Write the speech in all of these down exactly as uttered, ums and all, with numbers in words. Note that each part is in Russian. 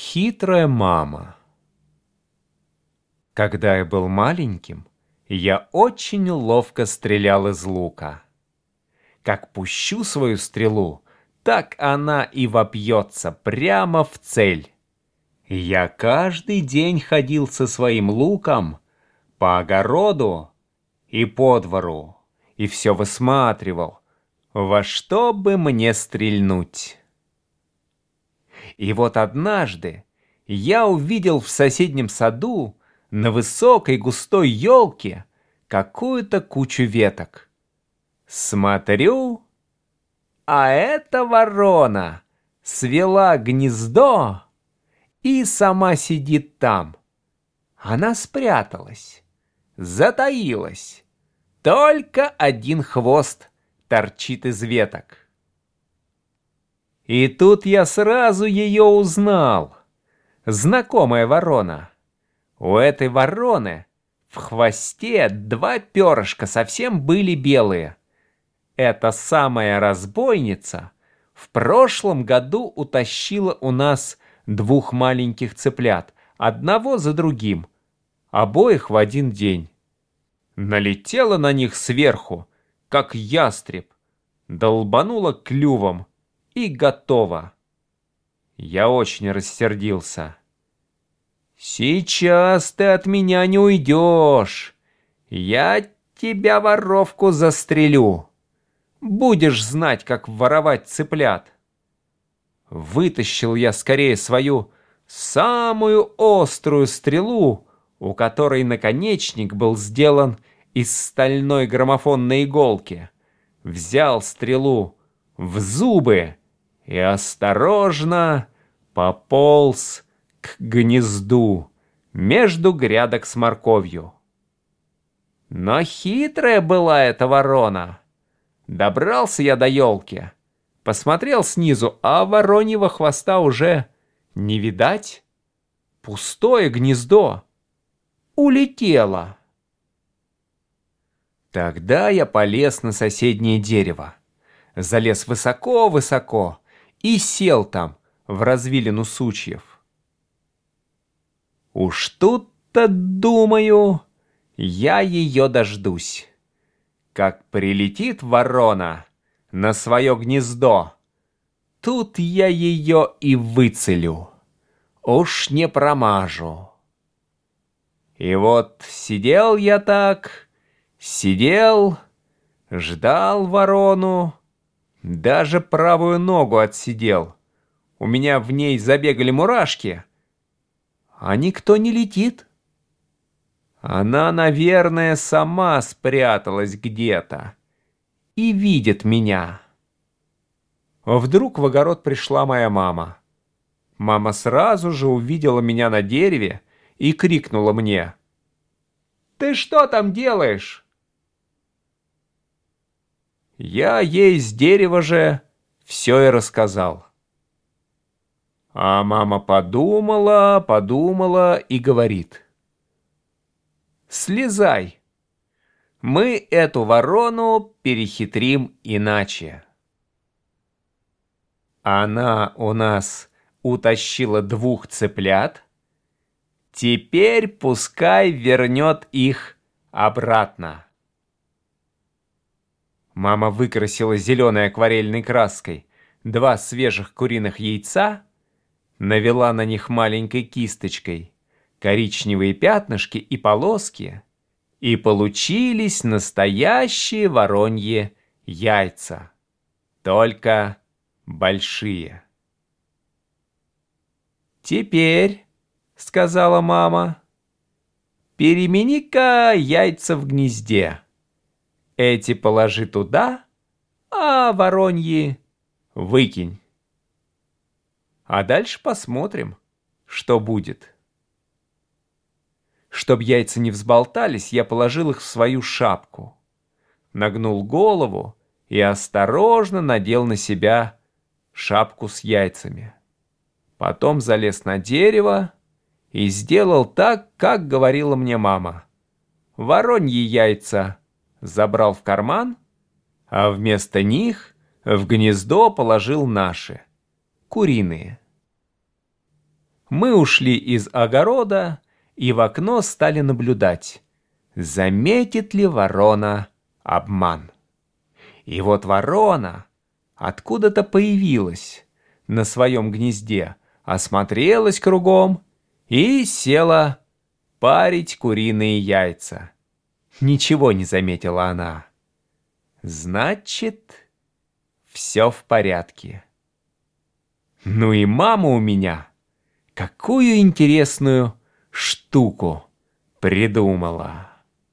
Хитрая мама. Когда я был маленьким, я очень ловко стрелял из лука. Как пущу свою стрелу, так она и вопьется прямо в цель. Я каждый день ходил со своим луком по огороду и по двору и все высматривал, во что бы мне стрельнуть. И вот однажды я увидел в соседнем саду на высокой густой елке какую-то кучу веток. Смотрю, а эта ворона свела гнездо и сама сидит там. Она спряталась, затаилась, только один хвост торчит из веток. И тут я сразу ее узнал. Знакомая ворона. У этой вороны в хвосте два перышка совсем были белые. Эта самая разбойница в прошлом году утащила у нас двух маленьких цыплят, одного за другим, обоих в один день. Налетела на них сверху, как ястреб, долбанула клювом, и готово. Я очень рассердился. «Сейчас ты от меня не уйдешь. Я тебя, воровку, застрелю. Будешь знать, как воровать цыплят». Вытащил я скорее свою самую острую стрелу, у которой наконечник был сделан из стальной граммофонной иголки. Взял стрелу в зубы и осторожно пополз к гнезду между грядок с морковью. Но хитрая была эта ворона. Добрался я до елки, посмотрел снизу, а вороньего хвоста уже не видать. Пустое гнездо. Улетело. Тогда я полез на соседнее дерево, залез высоко-высоко и сел там, в развилину сучьев. Уж тут-то, думаю, я ее дождусь. Как прилетит ворона на свое гнездо, тут я ее и выцелю. Уж не промажу. И вот сидел я так, сидел, ждал ворону, даже правую ногу отсидел. У меня в ней забегали мурашки, а никто не летит. Она, наверное, сама спряталась где-то и видит меня. Вдруг в огород пришла моя мама. Мама сразу же увидела меня на дереве и крикнула мне: «Ты что там делаешь?» Я ей с дерева же все и рассказал. А мама подумала, подумала и говорит: «Слезай, мы эту ворону перехитрим иначе». Она у нас утащила двух цыплят, теперь пускай вернет их обратно. Мама выкрасила зеленой акварельной краской два свежих куриных яйца, навела на них маленькой кисточкой коричневые пятнышки и полоски, и получились настоящие вороньи яйца, только большие. «Теперь, — сказала мама, — перемени-ка яйца в гнезде. Эти положи туда, а вороньи выкинь. А дальше посмотрим, что будет». Чтоб яйца не взболтались, я положил их в свою шапку, нагнул голову и осторожно надел на себя шапку с яйцами. Потом залез на дерево и сделал так, как говорила мне мама. Вороньи яйца забрал в карман, а вместо них в гнездо положил наши, куриные. Мы ушли из огорода и в окно стали наблюдать, заметит ли ворона обман. И вот ворона откуда-то появилась на своем гнезде, осмотрелась кругом и села парить куриные яйца. Ничего не заметила она. Значит, все в порядке. Ну и мама у меня какую интересную штуку придумала.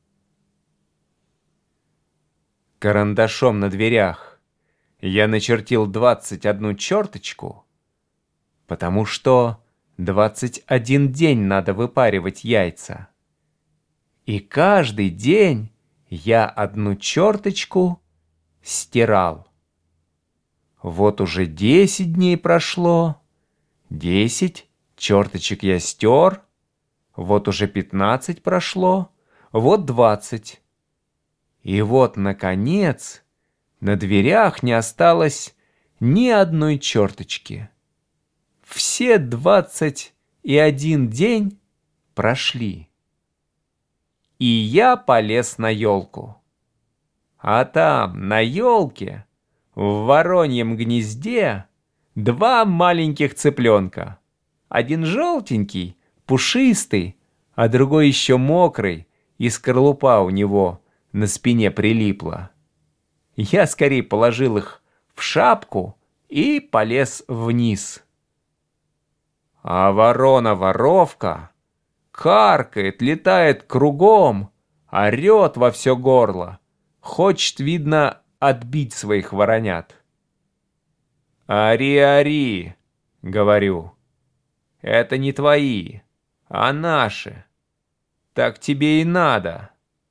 Карандашом на дверях я начертил двадцать одну черточку, потому что двадцать один день надо выпаривать яйца. И каждый день я одну черточку стирал. Вот уже десять дней прошло, десять черточек я стер, вот уже пятнадцать прошло, вот двадцать. И вот, наконец, на дверях не осталось ни одной черточки. Все двадцать и один день прошли. И я полез на елку. А там, на елке, в вороньем гнезде, два маленьких цыпленка. Один желтенький, пушистый, а другой еще мокрый, и скорлупа у него на спине прилипла. Я скорее положил их в шапку и полез вниз. А ворона-воровка каркает, летает кругом, орет во все горло, хочет, видно, отбить своих воронят. «Ари, ари!» — говорю. «Это не твои, а наши. Так тебе и надо».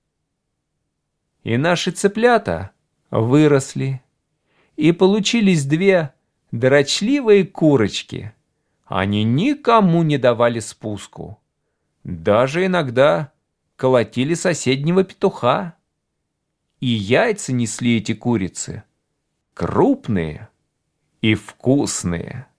И наши цыплята выросли, и получились две дрочливые курочки. Они никому не давали спуску. Даже иногда колотили соседнего петуха. И яйца несли эти курицы крупные и вкусные.